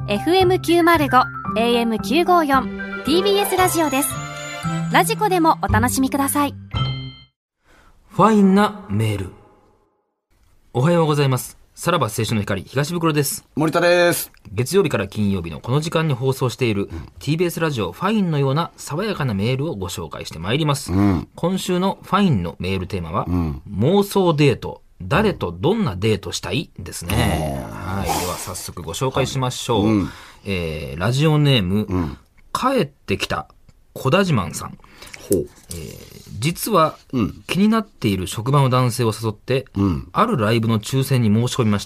FM905 AM954 TBS ラジオです。ラジコでもお楽しみください。 ファインなメール。おはようございます。さらば青春の光、東袋です。 森田です。 月曜日から金曜日のこの時間に放送している TBS ラジオファインのような爽やかなメールをご紹介してまいります。今週のファインのメールテーマは、妄想デート。誰とどんなデートしたいですね。はい。では早速ご紹介しましょう。ラジオネーム、帰ってきた小田自慢さん。実は、気になっている職場の男性を誘って、あるライブの抽選に申し込みました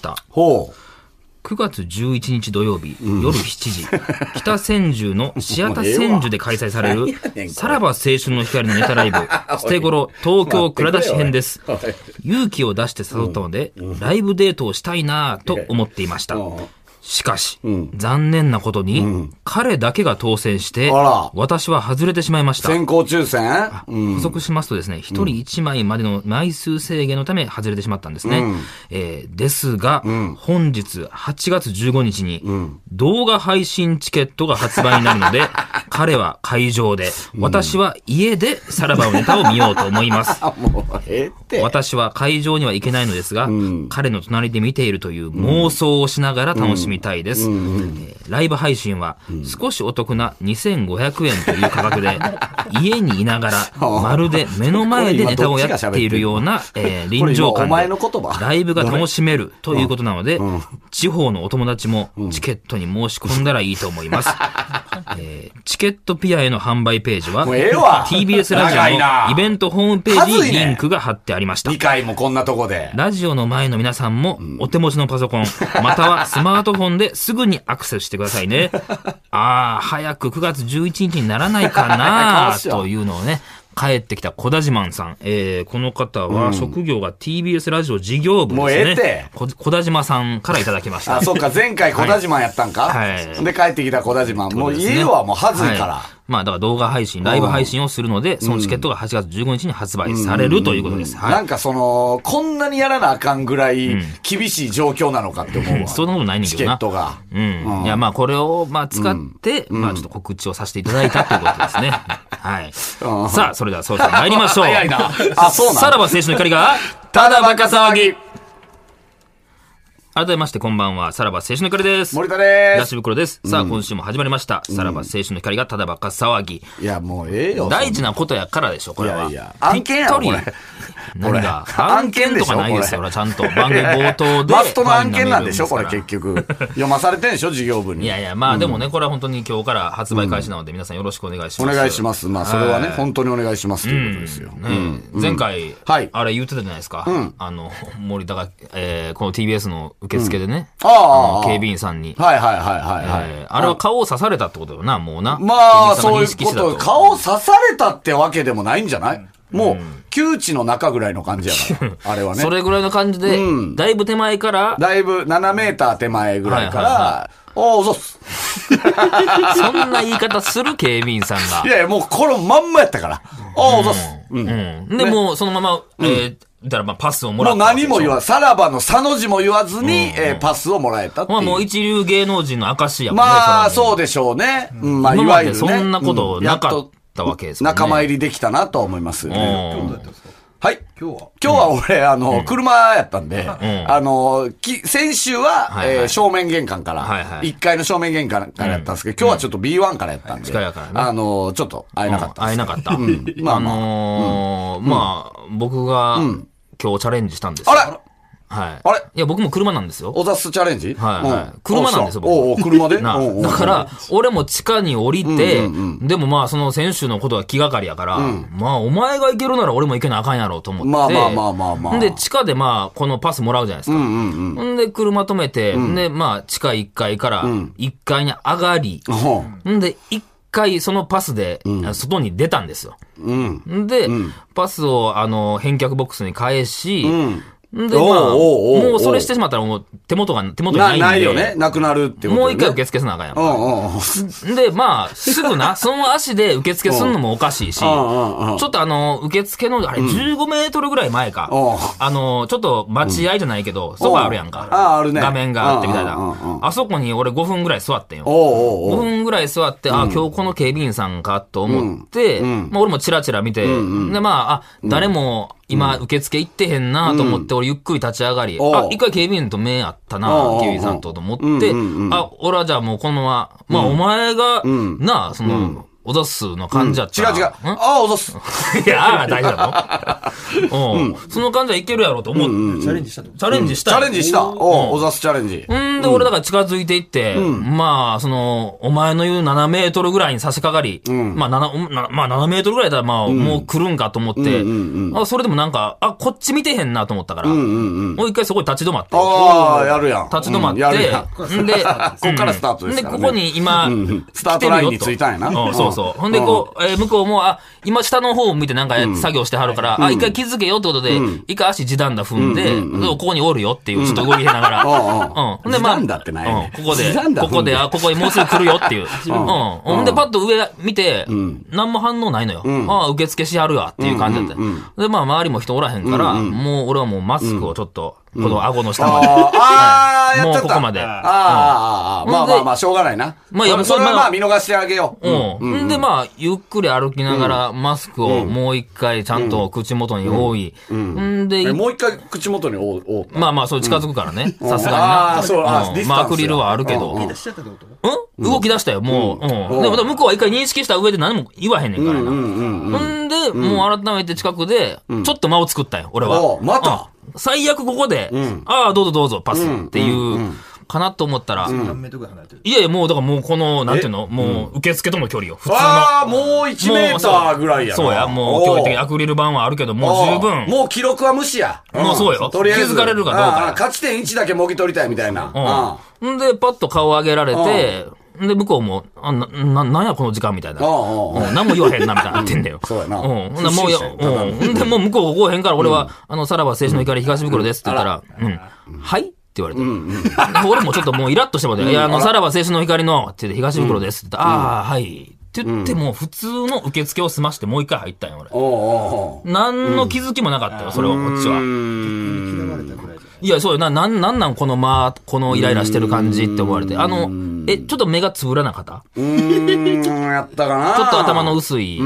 。9月11日土曜日、夜7時、北千住のシアタ千住で開催される、さらば青春の光のネタライブ、捨て頃東京蔵出し編です。勇気を出して誘ったので、ライブデートをしたいなぁと思っていました。しかし、残念なことに、彼だけが当選して、私は外れてしまいました。 先行抽選、 補足しますとですね、一人一枚までの枚数制限のため外れてしまったんですね。ですが、本日8月15日に、動画配信チケットが発売になるので、彼は会場で、私は家でさらばのネタを見ようと思います。私は会場には行けないのですが、彼の隣で見ているという妄想をしながら楽しみたいです。ライブ配信は少しお得な2500円という価格で、家にいながらまるで目の前でネタをやっているような臨場感でライブが楽しめるということなので、地方のお友達もチケットに申し込んだらいいと思います。チケットピアへの販売ページは TBS ラジオのイベントホームページにリンクが貼ってありました。 2回もこんなとこで。 ラジオの前の皆さんもお手持ちのパソコンまたはスマートフォンですぐにアクセスしてくださいね。早く9月11日にならないかなというのをね、帰ってきた小田自慢さん。この方は職業が TBS ラジオ事業部ですね。もうええって。小田島さんからいただきました。 そうか、前回小田自慢やったんか、で帰ってきた小田自慢。もう家はもうはずいから。 まあだから動画配信、ライブ配信をするので、そのチケットが8月15日に発売されるということです。 なんかこんなにやらなあかんぐらい厳しい状況なのかって思うわ。 そんなことないねんけどな。 チケットが。 いやまあこれを使って、まあちょっと告知をさせていただいたということですね。はい。さあ、それではそろそろ参りましょう。 早いな。そうなん。 さらば青春の光が、 ただバカ騒ぎ。 改めましてこんばんは、さらば青春の光です。 森田です。 東袋です。さあ、今週も始まりました。さらば青春の光がただバカ騒ぎ。 いや、もうええよ。 大事なことやからでしょ、これは。 いや、案件やろ、これ。 何が案件とかないですよ、ちゃんと番組冒頭で。 マストの案件なんでしょ、これ結局。読まされてんでしょ、事業部に。 いやいや、まあでもね、これは本当に今日から発売開始なので、皆さんよろしくお願いします。 お願いします。まあ、それはね、本当にお願いしますということですよ。 前回、あれ言ってたじゃないですか。森田が、この TBS の受付でね。警備員さんに。あれは顔を刺されたってことよな、もうな。 まあ、そういうこと。顔を刺されたってわけでもないんじゃない？もう、窮地の中ぐらいの感じやから。あれはね。 それぐらいの感じで、だいぶ手前から。 だいぶ7メーター手前ぐらいから、おぞっす。 そんな言い方する警備員さんが。 いやいや、もうこのまんまやったから。おぞっす。 で、もうそのまま、だからパスをもらった。 もう何も言わず、さらばのさの字も言わずに、パスをもらえたっていう。 まあもう一流芸能人の証やもんね。 まあ、そうでしょうね。まあ、いわゆるね。 そんなことなかったわけですね。 仲間入りできたなと思いますね。はい。 今日は俺、車やったんで、先週は、正面玄関から、1階の正面玄関からやったんですけど、今日はちょっと B1 からやったんで、ちょっと会えなかった。 会えなかった。まあ、僕が今日チャレンジしたんですよ。 あれはい。いや、僕も車なんですよ。 おざすチャレンジ？ はい。車なんですよ、 僕。車で？ だから、俺も地下に降りて、でもまあ、その選手のことは気がかりやから、まあ、お前が行けるなら俺も行けなあかんやろうと思って。 まあ。 で、地下でまあ、このパスもらうじゃないですか。んで、車止めて、で、まあ、地下1階から1階に上がり、んで、1回そのパスで外に出たんですよ。で、パスを返却ボックスに返し、 で、まあ、もうそれしてしまったらもう手元にないんで。 ないよね。なくなるってことね。 もう一回受付せなあかんやん。で、まあ、すぐな、その足で受付すんのもおかしいし、ちょっと受付の、あれ、15メートルぐらい前か。ちょっと待合じゃないけど、そこあるやんか。 あるね。 画面があってみたいな。あそこに俺5分ぐらい座ってんよ。5分ぐらい座って、今日この警備員さんかと思って、まあ俺もチラチラ見て、で、まあ、誰も、今、受付行ってへんなと思って、俺ゆっくり立ち上がり、一回警備員と目あったな、警備員さんと思って、俺はじゃあもうこのまま、お前が、おどすの感じやったら。 違う。おどす。 いや、大丈夫。その感じはいけるやろと思って。チャレンジした。 チャレンジした。おどすチャレンジ。 で、俺だから近づいていって、まあ、お前の言う7メートルぐらいに差し掛かり、まあ7メートルぐらいだったら、まあ、もう来るんかと思って、それでもなんか、こっち見てへんなと思ったから、もう一回そこに立ち止まって。 やるやん。 立ち止まって、 で、こっからスタートですからね。 で、ここに今、 スタートラインについたんやな。 そう。ほんで、向こうも、今下の方を見てなんか作業してはるから、一回気づけよってことで、一回足地団打踏んで、ここにおるよっていう、ちょっと動きながら。ほんで、まあ、ここで、ここにもうすぐ来るよっていう。ほんで、パッと上見て、何も反応ないのよ。受付しはるわっていう感じだった。で、まあ、周りも人おらへんから、もう俺はもうマスクをちょっと、この顎の下まで。もうここまで。 まあ、しょうがないな。それはまあ見逃してあげよう。 で、まあ、ゆっくり歩きながら、マスクをもう一回ちゃんと口元に覆い。 で、もう一回口元に覆う。 まあ、そう近づくからね。さすがにな。まあ、アクリルはあるけど。動き出したよ、もう。でも、向こうは一回認識した上で何も言わへんねんからな。ほんで、もう改めて近くで、ちょっと間を作ったよ、俺は。 また最悪ここで、どうぞ、パスっていう、かなと思ったら、いやいや、もう、だからもうこの、なんていうのもう、受付との距離よ。普通の。 もう1メーターぐらいやな。 そうや、もう、驚異的アクリル板はあるけど、もう十分。 もう記録は無視や。 もうそうよ。とりあえず。気づかれるかどうか。 勝ち点1だけもぎ取りたいみたいな。 んで、パッと顔上げられて、で、向こうも、なんやこの時間みたいな。何も言わへんな、みたいなってんだよ。 そうやな。 で、もう向こう来へんから、俺は、さらば青春の怒り東袋ですって言ったら、はいって言われて。俺もちょっともうイラッとしてもね、いや、さらば青春の怒りの、って言って東袋ですって言ったら、はい。って言っても、普通の受付を済ましてもう一回入ったんよ、俺。何の気づきもなかったよ、それを、こっちは。いや、そうよな、なんこのイライラしてる感じって思われて。ちょっと目がつぶらなかった？ やったかな？ ちょっと頭の薄い。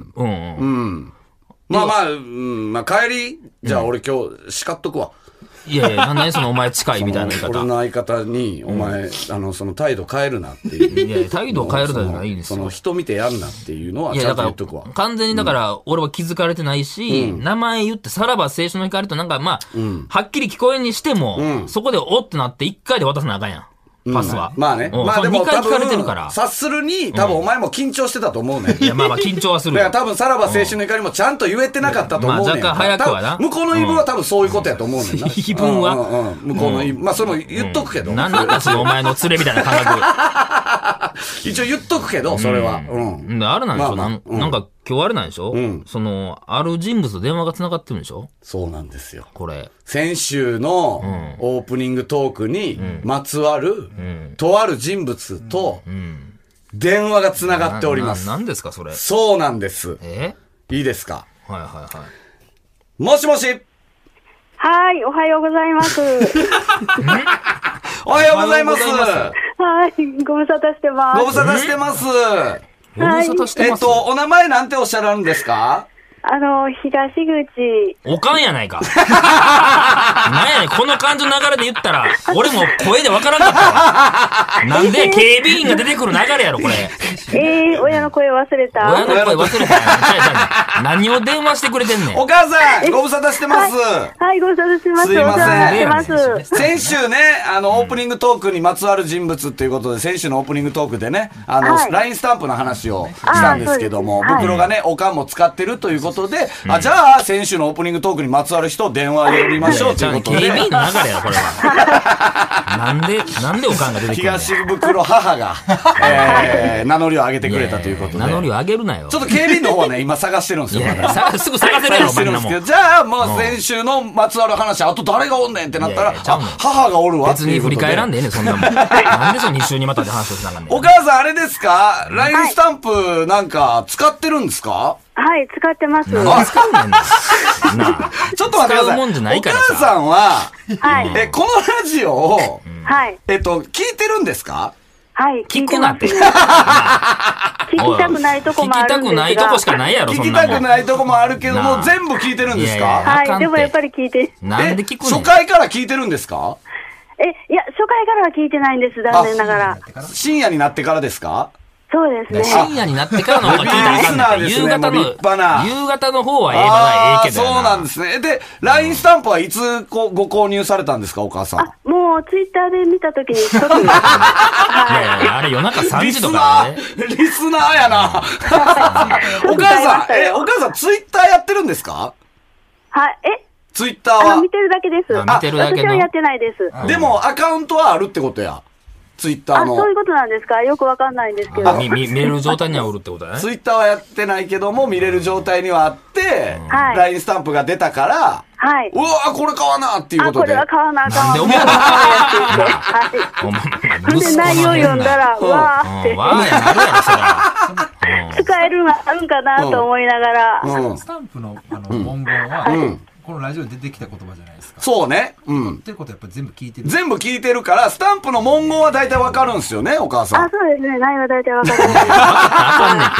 まあ、帰りじゃあ俺今日叱っとくわ。 いやいや、何そのお前近いみたいな言い方。 俺の相方に、お前、その態度変えるなっていう。 いや、態度を変えるじゃないんですよ。 その人見てやんなっていうのはちゃんと言っとくわ。 完全にだから、俺は気づかれてないし、名前言ってさらば青春の怒りとなんか、まあ、はっきり聞こえにしても、そこでおってなって1回で渡さなあかんやん。パスは。 まあね。まあでも 2回聞かれてるから。 察するに、多分お前も緊張してたと思うね。 いや、まあ緊張はする。 だから多分さらば青春の怒りもちゃんと言えてなかったと思うね。 まあ若干早くはな。 向こうの言い分は多分そういうことやと思うねんな。 言い分は向こうの言い分。まあそれも言っとくけど。 なんだそのお前の連れみたいな感覚。 一応言っとくけど、それは。 あれなんでしょなんか今日あれなんでしょある人物と電話が繋がってるんでしょ？ そうなんですよ。 これ。 先週のオープニングトークにまつわる、とある人物と電話が繋がっております。 何ですかそれ？ そうなんです。いいですか？もしもし。 はい、おはようございます。 おはようございます。 はい、ご無沙汰してます。 ご無沙汰してます。 ご無沙汰してます。 お名前なんておっしゃるんですか？ 東口。 おかんやないか。なんやねん、この感じの流れで言ったら、俺も声でわからんかったわ。なんで、警備員が出てくる流れやろ、これ。 親の声忘れた。 親の声忘れた。何を電話してくれてんねん。 お母さん、ご無沙汰してます。 はい、ご無沙汰してます。 すいません。 先週ね、オープニングトークにまつわる人物っていうことで、先週のオープニングトークでね、LINE スタンプの話をしたんですけども、袋がね、おかんも使ってるということで、じゃあ、先週のオープニングトークにまつわる人、電話呼びましょうということで。 警備員の流れやろ、これは。なんでおかんが出てくるの？ 東袋母が、名乗りを上げてくれたということで。 名乗りを上げるなよ。 ちょっと警備員の方はね、今探してるんんですよ。 いや、すぐ探せるやろ、お前なもん。 じゃあ、もう先週のまつわる話、あと誰がおんねんってなったら、母がおるわって別に振り返らんでええねん、そんなもん。なんでその2週にまたで話をしながらねん。 お母さん、あれですか ?LINE スタンプなんか使ってるんですか？ はい、使ってます。 何使うねんな。 ちょっと待ってください。 使うもんじゃないからさ。 お母さんは、 はい。 このラジオを、 はい。 聞いてるんですか？ はい、 聞くなって。 聞きたくないとこもあるんですが。 聞きたくないとこしかないやろ、そんなもん。 聞きたくないとこもあるけども、全部聞いてるんですか？ はい、でもやっぱり聞いて。 なんで聞くの？ 初回から聞いてるんですか？ いや、初回からは聞いてないんです、残念ながら。 深夜になってからですか？ そうですね。 深夜になってからの方が聞いたらあかんねん。夕方の方はまだええけど。 そうなんですね。で、LINE スタンプはいつご購入されたんですか、お母さん。 もうツイッターで見たときに一つ。いやいや、あれ夜中3時とかね。 リスナーやな。お母さんツイッターやってるんですか？ はい、 ツイッターは見てるだけです。 見てるだけの。 私はやってないです。 でもアカウントはあるってことや。ツイッターの。 そういうことなんですか？よくわかんないんですけど。 見れる状態にはおるってことだね。 ツイッターはやってないけども、見れる状態にはあって、LINE スタンプが出たから、 はい。 うわーこれ買わなっていうことで。 これは買わなあかん。 なんで思うの？ はい。で、内容読んだら、わーって。 わーやなるやろ、そら。 使えるのあるんかなと思いながら。 スタンプの文言は、このラジオで出てきた言葉じゃないですか。 そうね。 ってことはやっぱり全部聞いてる。 全部聞いてるから、スタンプの文言は大体わかるんですよね、お母さん。 そうですね。内容は大体わかるんです。 あかんねんって。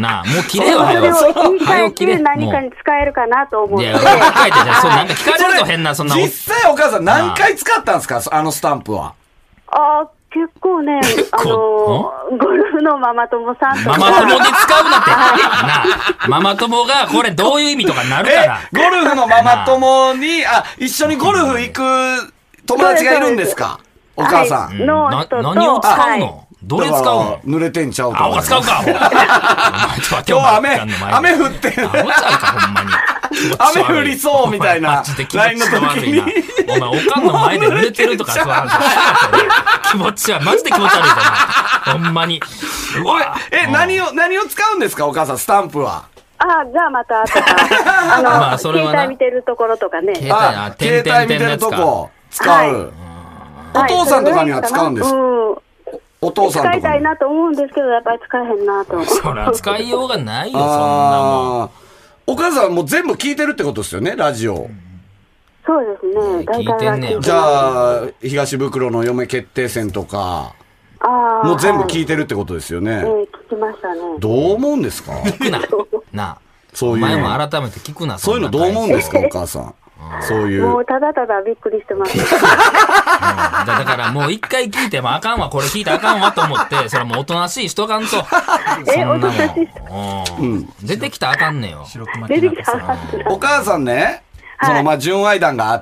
なあ、もう切れよ、はよ。 それを言い換えて何かに使えるかなと思って。いや、 言い換えて、じゃあ、なんか聞かれると変な、そんな。 実際お母さん何回使ったんですか、あのスタンプは。 結構ね、ゴルフのママ友さんとか。 ママ友で使うなって。なあ、ママ友がこれどういう意味とかになるから。 ゴルフのママ友に、一緒にゴルフ行く友達がいるんですか？お母さん。 何を使うの？どれ使うの？ 濡れてんちゃうと。 青使うか。 今日は雨降ってる。 青ちゃうか、ほんまに。 雨降りそうみたいな。 LINE の時に。お前、おかんの前で濡れてるとか、そう話気持ちは、マジで気持ち悪いと思う。ほんまに。 何を使うんですか、お母さん、スタンプは。 じゃあまた、とか。携帯見てるところとかね。 携帯見てるとこ、使う。お父さんとかには使うんですか？お父さんとか。使いたいなと思うんですけど、やっぱり使えへんなと思う。 そら、使いようがないよ、そんなもん。 お母さんもう全部聞いてるってことですよね、ラジオ。 そうですね。 聞いてんねん。 じゃあ、東袋の嫁決定戦とか、もう全部聞いてるってことですよね。 聞きましたね。 どう思うんですか？ 聞くな。なあ。 そういう。 お前も改めて聞くな。 そういうのどう思うんですか、お母さん。そういう。 もうただただびっくりしてます。 だからもう一回聞いてもあかんわ、これ聞いてあかんわと思って、それもうおとなしいしとかんと。 おとなしい出てきたらあかんねんよ。 出てきたらお母さんね、純愛談があって、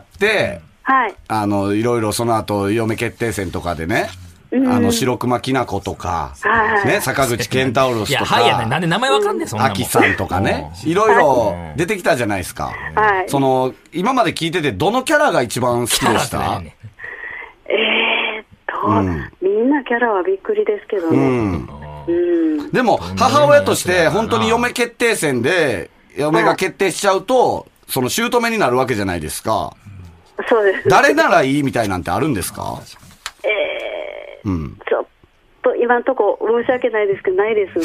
いろいろその後、嫁決定戦とかでね、白熊きなことか、ね、坂口ケンタウロスとか、 いや、なんで名前わかんねん、そんなもん。 アキさんとかね、いろいろ出てきたじゃないですか。今まで聞いてて、どのキャラが一番好きでした？ みんなキャラはびっくりですけどね。 でも、母親として、本当に嫁決定戦で、嫁が決定しちゃうと、その姑になるわけじゃないですか。 そうです。 誰ならいいみたいなんてあるんですか？ ちょっと今んとこ申し訳ないですけど、ないです。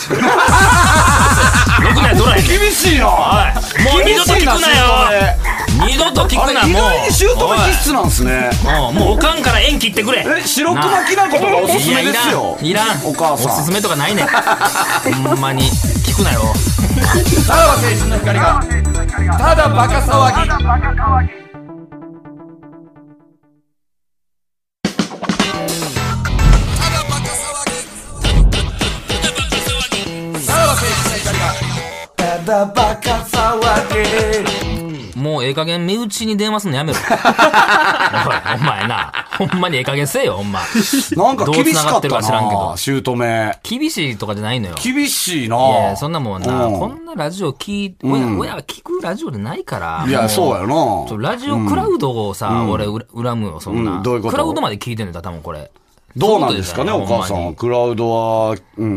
厳しいな。 もう二度と聞くなよ。二度と聞くな、もう。 意外に姑必須なんですね。 もうおかんから縁切ってくれ。 白熊きなことがおすすめですよ。 いらん。 お母さん。 おすすめとかないねん。ほんまに。聞くなよ。 さらば青春の光が、ただバカ騒ぎ。バカ騒ぎ。 もうええ加減身内に電話すんのやめろ。お前な。ほんまにええ加減せえよ、ほんま。 なんか厳しかったな、姑。 厳しいとかじゃないのよ。 厳しいな。 いや、そんなもんな。こんなラジオ親が聞くラジオでないから。 いや、そうやな。 ラジオクラウドをさ、俺恨むよ、そんな。 どういうこと？ クラウドまで聞いてんねんだ、多分これ。 どうなんですかね、お母さん。クラウドは、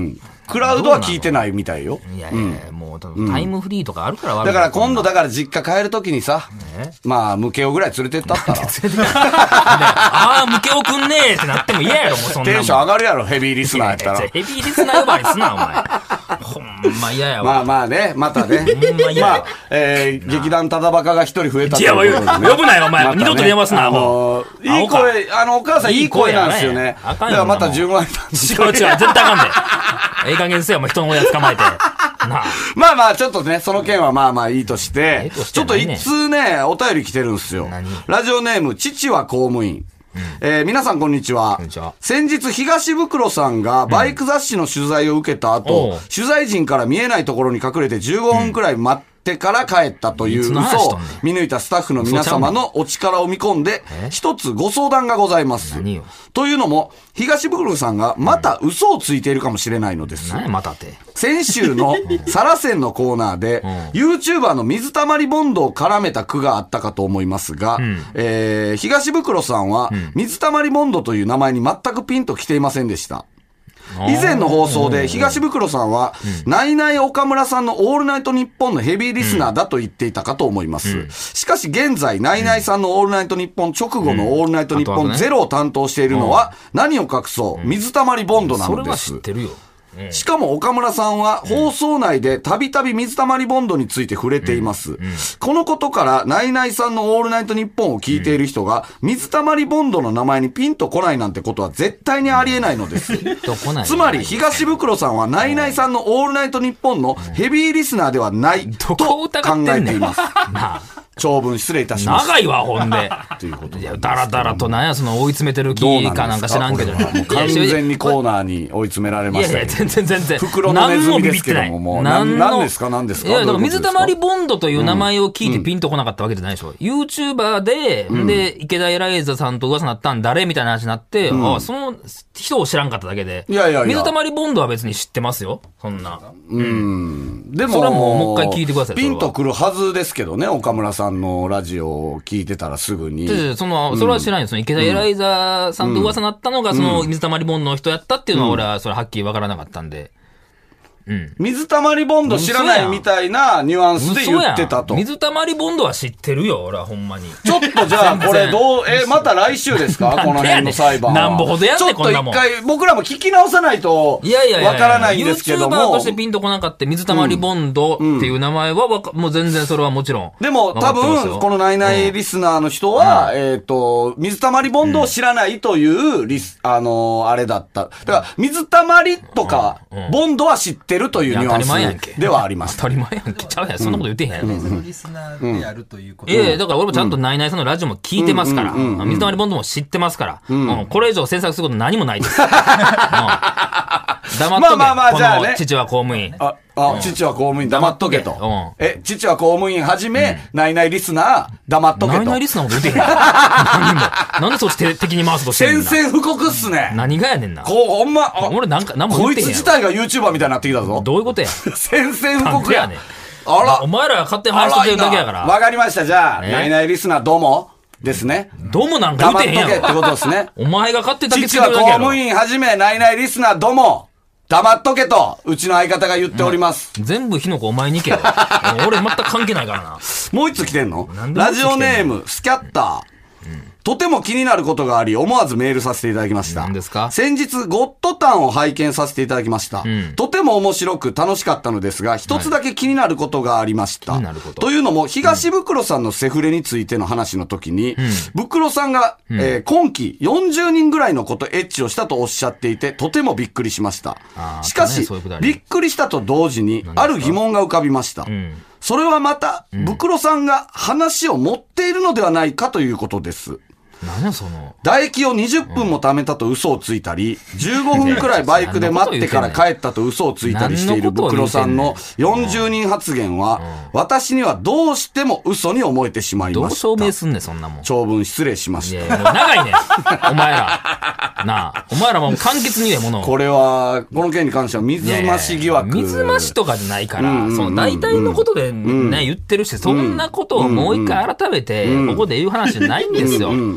クラウドは聞いてないみたいよ。 いやいや、もうタイムフリーとかあるから悪い。 だから今度実家帰るときにさ、まあ、ムケオぐらい連れてったったら。 ああ、ムケオくんねーってなっても嫌やろ、もうそんな。 テンション上がるやろ、ヘビーリスナーやったら。 ヘビーリスナー呼ばわりすな、お前。ほんま嫌やわ。 まあまあね、またね。まあ、劇団ただバカが一人増えたっていや、呼ぶなよ、お前。二度と電話すな、もう。 いい声、お母さんいい声なんですよね。だからまた10万円。 違う、絶対あかんで。ええ加減せよ、もう人の親捕まえて。 まあまあ、ちょっとね、その件はまあまあいいとして、ちょっと一通ね、お便り来てるんですよ。ラジオネーム、父は公務員。皆さんこんにちは。先日東袋さんがバイク雑誌の取材を受けた後、取材陣から見えないところに隠れて15分くらい待ってから帰ったという嘘を見抜いたスタッフの皆様のお力を見込んで、一つご相談がございます。というのも、東袋さんがまた嘘をついているかもしれないのです。 またって。 先週のサラセンのコーナーで、YouTuber の水溜りボンドを絡めた句があったかと思いますが、東袋さんは水溜りボンドという名前に全くピンときていませんでした。以前の放送で東袋さんは、ナイナイ岡村さんのオールナイトニッポンのヘビーリスナーだと言っていたかと思います。しかし現在、ナイナイさんのオールナイトニッポン直後のオールナイトニッポンゼロを担当しているのは、何を隠そう、水溜りボンドなのです。 それは知ってるよ。 しかも岡村さんは放送内でたびたび水溜りボンドについて触れています。このことからナイナイさんのオールナイトニッポンを聞いている人が水溜りボンドの名前にピンとこないなんてことは絶対にありえないのです。つまり東袋さんはナイナイさんのオールナイトニッポンのヘビーリスナーではないと考えています。長文失礼いたしました。 長いわ、ほんで。 ということで。 いや、だらだらとなんや、その追い詰めてる気かなんか知らんけど。 もう完全にコーナーに追い詰められました。 いやいや、全然。 袋のネズミですけども、もう。何ですかいや、だから水溜りボンドという名前を聞いてピンとこなかったわけじゃないでしょ。YouTuber で、池田エライザさんと噂になったん誰みたいな話になって、あ、その人を知らんかっただけで。水溜りボンドは別に知ってますよ。そんな。 でも、 それはもう一回聞いてください。 ピンとくるはずですけどね、岡村さんのラジオを聞いてたらすぐに。 それは知らないんですよ。池田エライザさんと噂になったのが、その水溜りボンドの人やったっていうのは俺はそれはっきりわからなかったんで。 水溜りボンド知らないみたいなニュアンスで言ってたと。 水溜りボンドは知ってるよ、俺はほんまに。 ちょっとじゃあ、これまた来週ですかこの辺の裁判は。 なんぼほどやってこんなもん。 ちょっと一回、僕らも聞き直さないと、わからないんですけども。 YouTuber としてピンとこなかった水溜りボンドっていう名前は、もう全然それはもちろん。 でも、多分、このナイナイリスナーの人は、水溜りボンドを知らないという、あれだった。だから、水溜りとか、ボンドは知ってるというニュアンス。ではあります。 当たり前やんけ。ちゃうやん。そんなこと言ってへんやん。 リスナーでやるということ。 だから俺もちゃんとナイナイさんのラジオも聞いてますから。水溜りボンドも知ってますから。これ以上詮索すること何もないです。黙っとけ。この父は公務員。 父は公務員黙っとけと。父は公務員はじめ、ナイナイリスナー黙っとけと。 ナイナイリスナーのこと言ってへん。何も。なんでそっち敵に回すとしてんの。 宣戦布告っすね。 何がやねんな。 ほんま。 俺何も言ってへん。 こいつ自体が YouTuber みたいになってきたぞ。 どういうことや。 宣戦布告やねん。 あら。お前らが勝手に話してるだけやから。 わかりました。じゃあ、ナイナイリスナーどうもですね。 どうもなんか言ってへんやろ。 黙っとけってことですね。 お前が勝手にだけ父は公務員はじめ、ナイナイリスナーどうも黙っとけと、うちの相方が言っております。 全部火の粉お前に行けよ。俺全く関係ないからな。 もう一つ来てんの？ラジオネーム、スキャッター。とても気になることがあり、思わずメールさせていただきました。 何ですか？ 先日、ゴッドタンを拝見させていただきました。とても面白く楽しかったのですが、一つだけ気になることがありました。というのも、東袋さんのセフレについての話の時に、袋さんが、今期40人ぐらいのことエッチをしたとおっしゃっていて、とてもびっくりしました。しかし、びっくりしたと同時に、ある疑問が浮かびました。それはまた、袋さんが話を持っているのではないかということです。 何やその唾液を20分も貯めたと嘘をついたり、15分くらいバイクで待ってから帰ったと嘘をついたりしている袋さんの40人発言は、私にはどうしても嘘に思えてしまいました。 どう証明すんねん、そんなもん。 長文失礼しました。 いや、もう長いねん。お前ら。なあ。お前らもう簡潔に言え、ものを。 これは、この件に関しては水増し疑惑。 水増しとかじゃないから、その大体のことでね、言ってるし、そんなことをもう一回改めて、ここで言う話じゃないんですよ。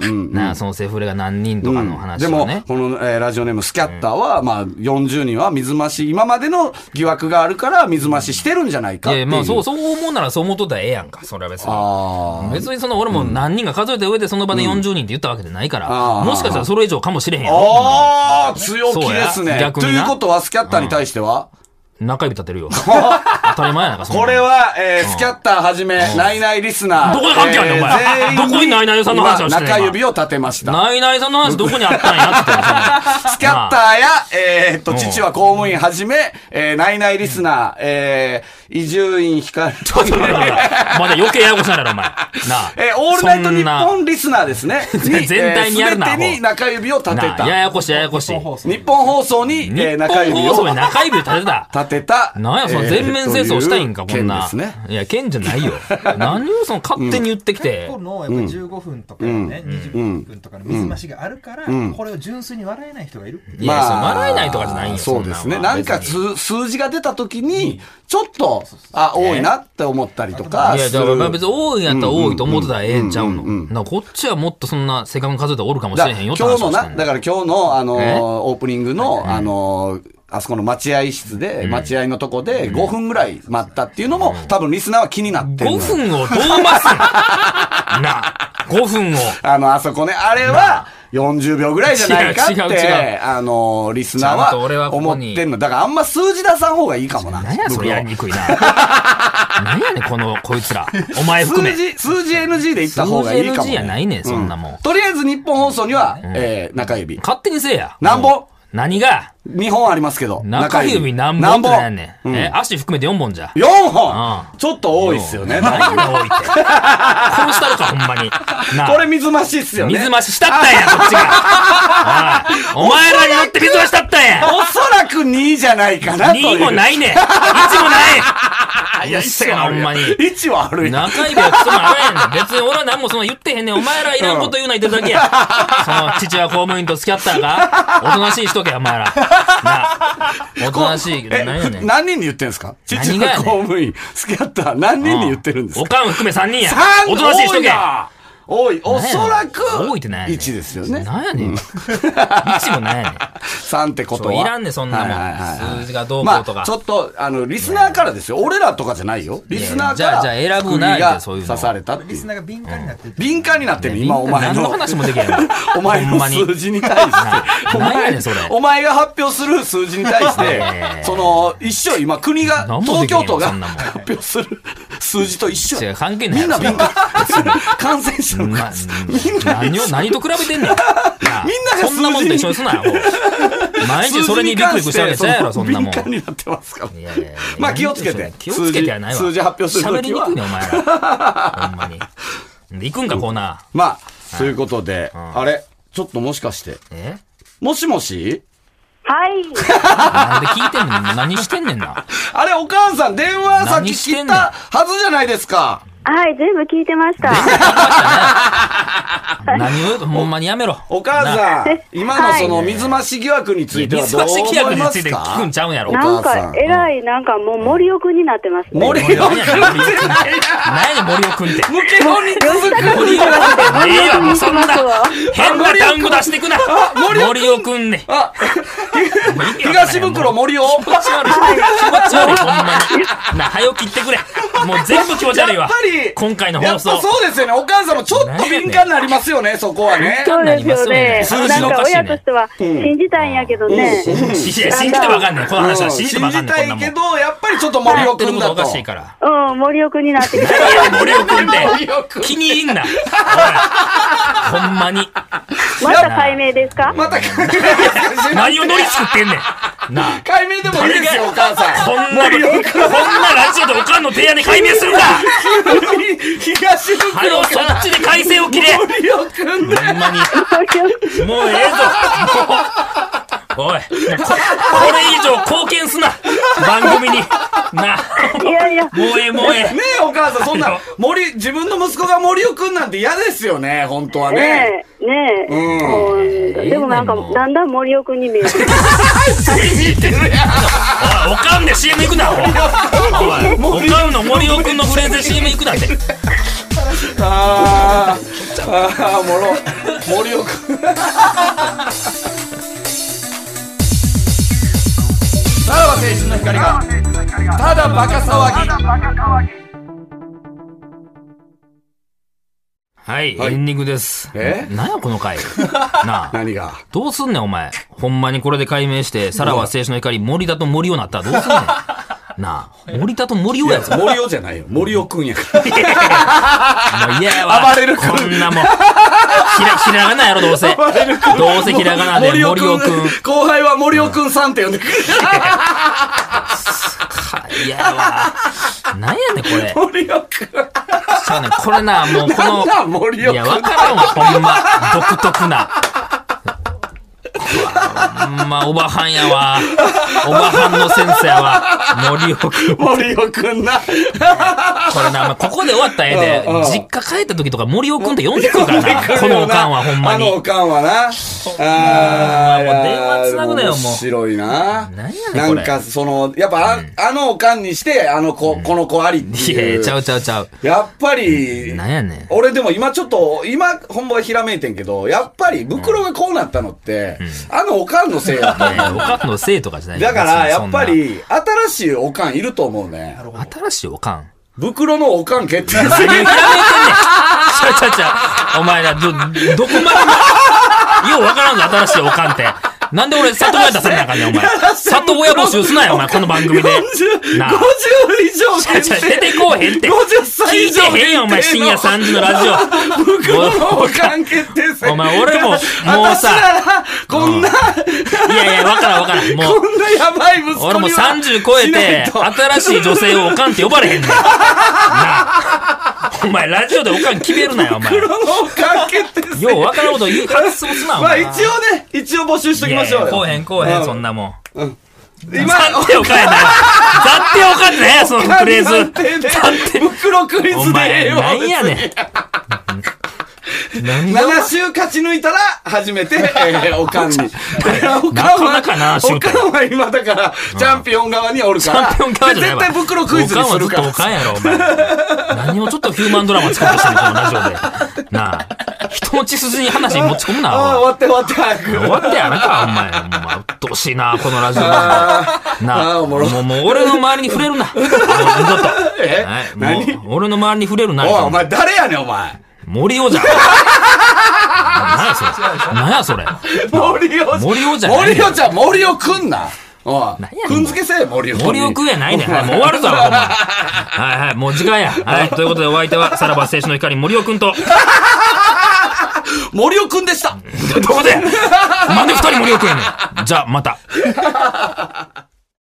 なそのセフレが何人とかの話でもをね。 この、ラジオネームスキャッターは、まあ40人は水増し、今までの疑惑があるから水増ししてるんじゃないかっていう。 まあそう思うならそう思っとったらええやんか、それは別に。別に俺も何人か数えた上でその場で40人って言ったわけじゃないから、もしかしたらそれ以上かもしれへんやろ。 ああ、強気ですね。 逆になということはスキャッターに対しては、 中指立てるよ。当たり前やなか、 これは、スキャッターはじめ、ナイナイリスナー。 どこで関係あんねん、お前。どこにナイナイさんの話をしてんねん。 中指を立てました。 ナイナイさんの話どこにあったんやって言ってスキャッターや、父は公務員はじめ、ナイナイリスナー、伊集院光と。 まだ余計ややこしないだろ、お前。なあ。 オールナイト日本リスナーですね。 全体にやるな。 すべてに中指を立てた。 ややこしい。日本放送に、中指を。 日本放送に中指を立てた。 立てた。 なんや、その全面戦争したいんか、こんな。いや、剣じゃないよ。何をその勝手に言ってきて。 このやっぱ15分とかね、20分とかの水増しがあるから、これを純粋に笑えない人がいる。 いや、笑えないとかじゃないよ。 そうですね。なんか数字が出た時に、ちょっと、多いなって思ったりとか。 いや、だから別に多いんやったら多いと思ってたらええんちゃうの。こっちはもっとそんな正確に数えたらおるかもしれへんよって話をしてんの。 だから今日のオープニングのあそこの待合室で、待合のとこで5分ぐらい待ったっていうのも、多分リスナーは気になってる。 5分をどう待つんな、5分を。 あそこね、あれは40秒ぐらいじゃないかって、リスナーは思ってんの。だからあんま数字出さん方がいいかもな。 何やそれやりにくいな。何やねん、こいつら。お前含め。 数字 NG で言った方がいいかも。 数字 NG やないねん、そんなもん。 とりあえず日本放送には、中指。 勝手にせえや。 何本何が 2本ありますけど。 中指何本ってなんねん。足含めて4本じゃ。 4本ちょっと多いっすよね。 何が多いって。殺したるか、ほんまに。 これ水増しっすよね。 水増ししたったんや、こっちが。お前らによって水増ししたったんや。 おそらく2じゃないかなという。 2もないねん。1もない。いや、1はほんまに。 1はあるやん。 中指はクソもあるやん。別に俺は何もそんな言ってへんねん。お前らいらんこと言うな言ってるだけや。その父は公務員と付き合ったらかおとなしいしとけ、お前ら。おとなしいけど、何やねん。 何人に言ってんすか？父は公務員、付き合ったら何人に言ってるんですか？ おかん含め3人や。 おとなしいしとけ。多い。おそらく、 多いって何やねん。 1ですよね。 何やねん。1も何やねん。 3ってことは。 いらんねん、そんなもん。数字がどうこうとか。 ちょっと、リスナーからですよ。俺らとかじゃないよ。リスナーから。 じゃあ選ぶなが刺されたっていう。 リスナーが敏感になってる。 敏感になってる、今お前の。 何の話もできへん。 お前の数字に対して。 何やねん、それ。 お前が発表する数字に対して、一緒、今国が、東京都が発表する数字と一緒。 関係ない。 みんな敏感。感染者の数。 何と比べてんねん。みんながそんなもんと一緒にすなよ。毎日それにビクビクしたわけちゃうやろ、そんなもん。 敏感になってますから。まあ気をつけて。 気をつけてはないわ。 数字発表するときは。 喋りにくいね、お前ら。ほんまに。行くんか、コーナー。 まあ、そういうことで、あれ、ちょっともしかして。もしもしはい。 なんで聞いてんねん。何してんねんな。 あれ、お母さん、電話さっき切ったはずじゃないですか。 はい、全部聞いてました。 何をほんまにやめろ。 お母さん、今のその水増し疑惑についてはどう思いますか？水増し疑惑について聞くんちゃうんやろ。 なんか、えらい、なんかもう森尾くんになってますね。 森尾くんって何やねん、森尾くんって。 無形法に続く。 森尾くんって。ええわ、もうそんな変な単語出してくな。森尾くんね。 東袋森尾。 気持ち悪い。気持ち悪い、ほんまに。早起きってくれ。もう全部気持ち悪いわ。今回の放送。 やっぱそうですよね。お母さんもちょっと敏感になりますよね、そこはね。 そうですよね。なんか親としては信じたいんやけどね。 いや、信じてわかんない。この話は信じてわかんない。 信じたいけど、やっぱりちょっと森尾くんだと。 おかしいから。 うん、森尾くんになってきた。 森尾くんって気に入んな。ほんまに。 また解明ですか？ また解明ですか？ 何を乗り作ってんねん。なあ。 解明でもいいですよ、お母さん。 こんなラジオでおかんの提案で解明するか。 東袋が。 はよ、そっちで改正を切れ。 森尾くんだ。 ほんまに。もうええぞ。おい、これ以上貢献すな。番組に。なあ。 いやいや。 もうええ、もうええ。 ねえ、お母さん、そんな、自分の息子が森尾くんなんて嫌ですよね、本当はね。 ねえ。でもなんか、だんだん森尾くんに見える。 見てるやん。 おかんで CM 行くな、おい。おかんの森尾くんのフレーズで CM 行くなって。 おもろ。森尾くん。さらば青春の光が、ただバカ騒ぎ。 はい、エンディングです。なんやこの回。なあ。 何がどうすんねんお前。ほんまにこれで解明して、さらば青春の光、森田と森尾なったらどうすんねん。なあ。森田と森尾やぞ。 森尾じゃないよ。森尾くんやから。 もう嫌やわ。 暴れるくん。 こんなもん。ひらがなやろ、どうせ。どうせひらがなで森尾くん。 後輩は森尾くんさんって呼んでくる。 嫌やわ。なんやねん、これ。 森尾くん。 そうね、これな、もうこの。 森尾くん。 いや、わからんわ、ほんま。独特な。まあ、おばはんやわ。おばはんの先生やわ。森尾くん。 森尾くんな。 これな、ここで終わった絵で、実家帰った時とか森尾くんって呼んでくるからな。このおかんはほんまに。 おかんはな。 もう電話つなぐなよ、もう。 面白いな。 何やねん、これ。 なんか、やっぱ、おかんにして、この子ありっていう。 いや、ちゃう。 やっぱり、 何やねん。 俺でも今本場はひらめいてんけど、やっぱり、袋がこうなったのって、おかんのせいやった。 おかんのせいとかじゃない。 だから、やっぱり、新しいおかんいると思うね。 新しいおかん袋のおかん決定戦。 ひらめいてんねん。ちゃう。お前ら、どこまでようわからんぞ、新しいおかんって。なんで俺、里親出さなあかんねん、お前。里親募集すなよ、お前、この番組で。 なあ。50以上限定。 出てこうへんって。 50歳以上聞いてへんよ、お前、深夜3時のラジオ。 袋のおかん決定戦。 お前、俺も、もうさ。 こんな。 いや、わからん。もう。 こんなやばい息子には。 俺も30超えて、新しい女性をおかんって呼ばれへんねん。なあ。お前、ラジオでおかん決めるなよ、お前。 袋のおかん決定戦。 ようわからんこと言う、発想すな、お前。 まあ一応募集しときましょうよ。 こうへん、そんなもん。 今、 暫定おかんやな。暫定おかんって何や、そのフレーズ。 暫定。袋クイズでええよ。 何やねん。 7週勝ち抜いたら、初めて、おかんに。おかんは今だから、チャンピオン側におるから、 チャンピオン側じゃないわ。 絶対袋クイズにするから。 おかんはずっとおかんやろ、お前。何をちょっとヒューマンドラマ作ろうとしてるの、このラジオで。なあ。人の血筋に話持ち込むな。 終わって、早く。 終わってやなか、お前。うっとうしいな、このラジオ。なあ。もう俺の周りに触れるな。二度と。 何俺の周りに触れるな。 お前誰やねん、お前。 森尾じゃん。何やそれ。 森尾じゃん。森尾くんな。くんづけせえ、森尾くん。 森尾くんやないねん。もう終わるぞ、お前。はい、もう時間や。はい、ということでお相手は、さらば青春の光森尾くんと、 森尾くんでした。 どこでなんで二人森尾くんやねん。じゃあ、また。